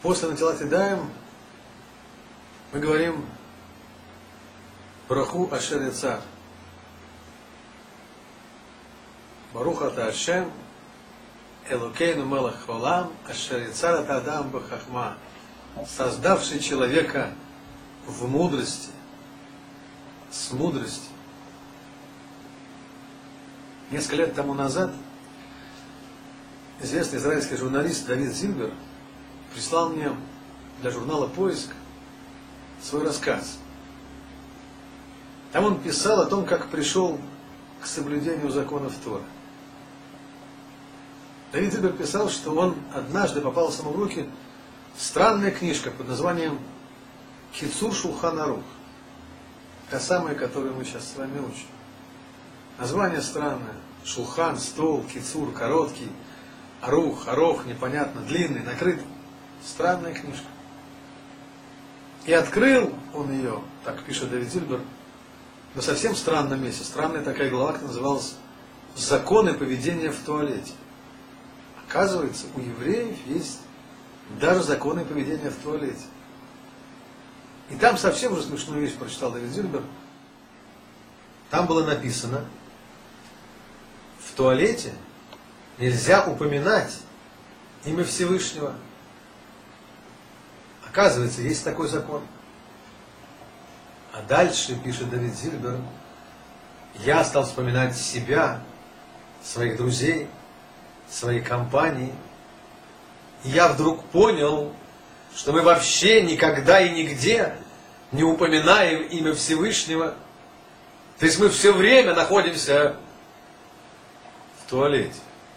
После Натилат Ядаим мы говорим Браху Ашер Яцар. Барух ата Ашем, Элокейну Мелах Олам, Ашер Яцар ата Адам бахахма, создавший человека в мудрости, с мудростью. Несколько лет тому назад известный израильский журналист Давид Зильбер прислал мне для журнала «Поиск» свой рассказ. Там он писал о том, как пришел к соблюдению законов Торы. Давид Зильбер писал, что он однажды попалась ему в руки странная книжка под названием «Кицур Шулхан Арух». Та самая, которую мы сейчас с вами учим. Название странное. Шулхан, стол, кицур, короткий, арух, арох, непонятно, длинный, накрыт. Странная книжка. И открыл он ее, так пишет Давид Зильбер, на совсем странном месте. Странная такая глава, которая называлась «Законы поведения в туалете». Оказывается, у евреев есть даже законы поведения в туалете. И там совсем уже смешную вещь прочитал Давид Зильбер. Там было написано: в туалете нельзя упоминать имя Всевышнего. Оказывается, есть такой закон. А дальше, пишет Давид Зильбер, я стал вспоминать себя, своих друзей, своей компании. И я вдруг понял, что мы вообще никогда и нигде не упоминаем имя Всевышнего. То есть мы все время находимся в туалете.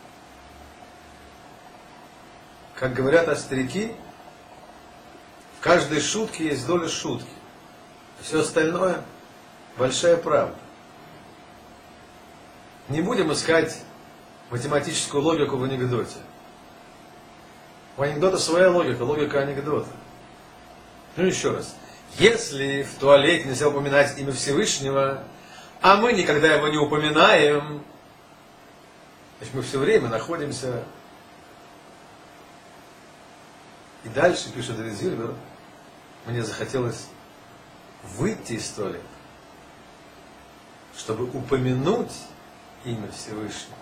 Как говорят старики, в каждой шутке есть доля шутки. Все остальное большая правда. Не будем искать математическую логику в анекдоте. У анекдота своя логика, логика анекдота. Ну еще раз. Если в туалете нельзя упоминать имя Всевышнего, а мы никогда его не упоминаем, значит, мы все время находимся. И дальше, пишет Давид Зильбер, мне захотелось выйти из туалета, чтобы упомянуть имя Всевышнего.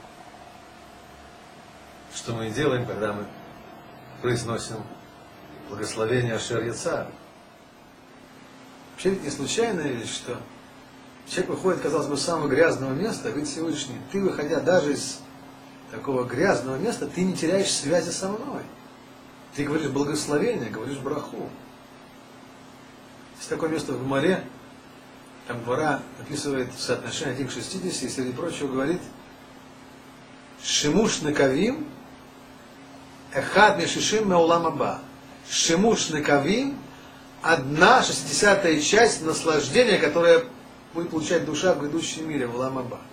Что мы и делаем, когда мы произносим благословение Ашер Яцар. Вообще ведь не случайная вещь, что человек выходит, казалось бы, с самого грязного места, а говорит Всевышний: ты, выходя даже из такого грязного места, ты не теряешь связи со мной. Ты говоришь благословение, говоришь браху. Есть такое место в Гемаре, там Гемара описывает соотношение 1 к 60, и среди прочего говорит: Шимуш накавим, эхад мешишим меулам аба. Шимуш накавим, 1/60 часть наслаждения, которое будет получать душа в грядущем мире, в улам аба.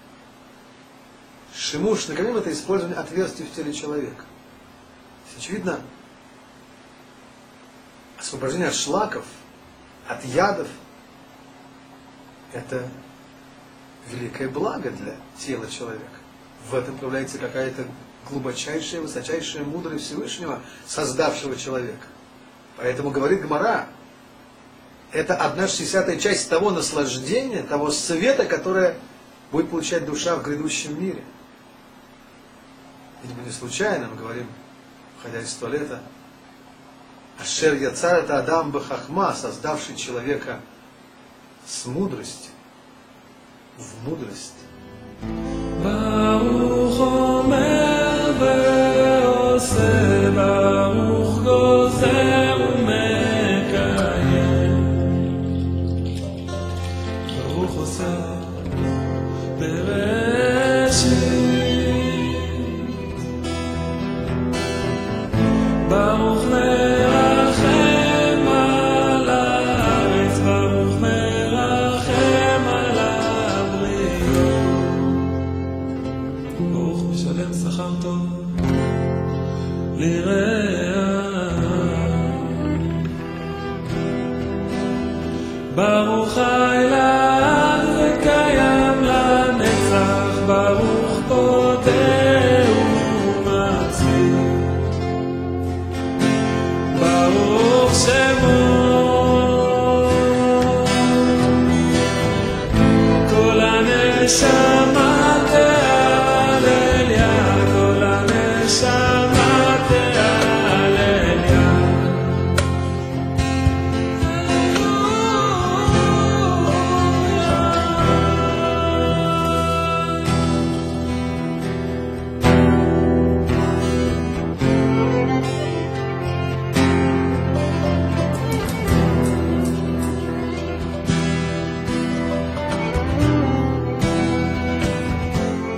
Шимуш накавим — это использование отверстий в теле человека. Очевидно, освобождение от шлаков, от ядов — это великое благо для тела человека. В этом проявляется какая-то глубочайшая, высочайшая мудрость Всевышнего, создавшего человека. Поэтому говорит Гемара, это 1/60 часть того наслаждения, того света, которое будет получать душа в грядущем мире. Видимо, не случайно мы говорим, входя из туалета, Ашер Яцар ата Адам бахахма, создавший человека с мудростью, в мудрости. Барух омер веосе, Барух гозер умекayem, Баруch осе берeshit, Баруch מרחם על הארץ, ברוך מרחם על הבריות, ברוך משלם שכר טוב לרעיו, ברוך חי לעד וקיים לנצח, ברוך פודה ומציל, ברוך שמו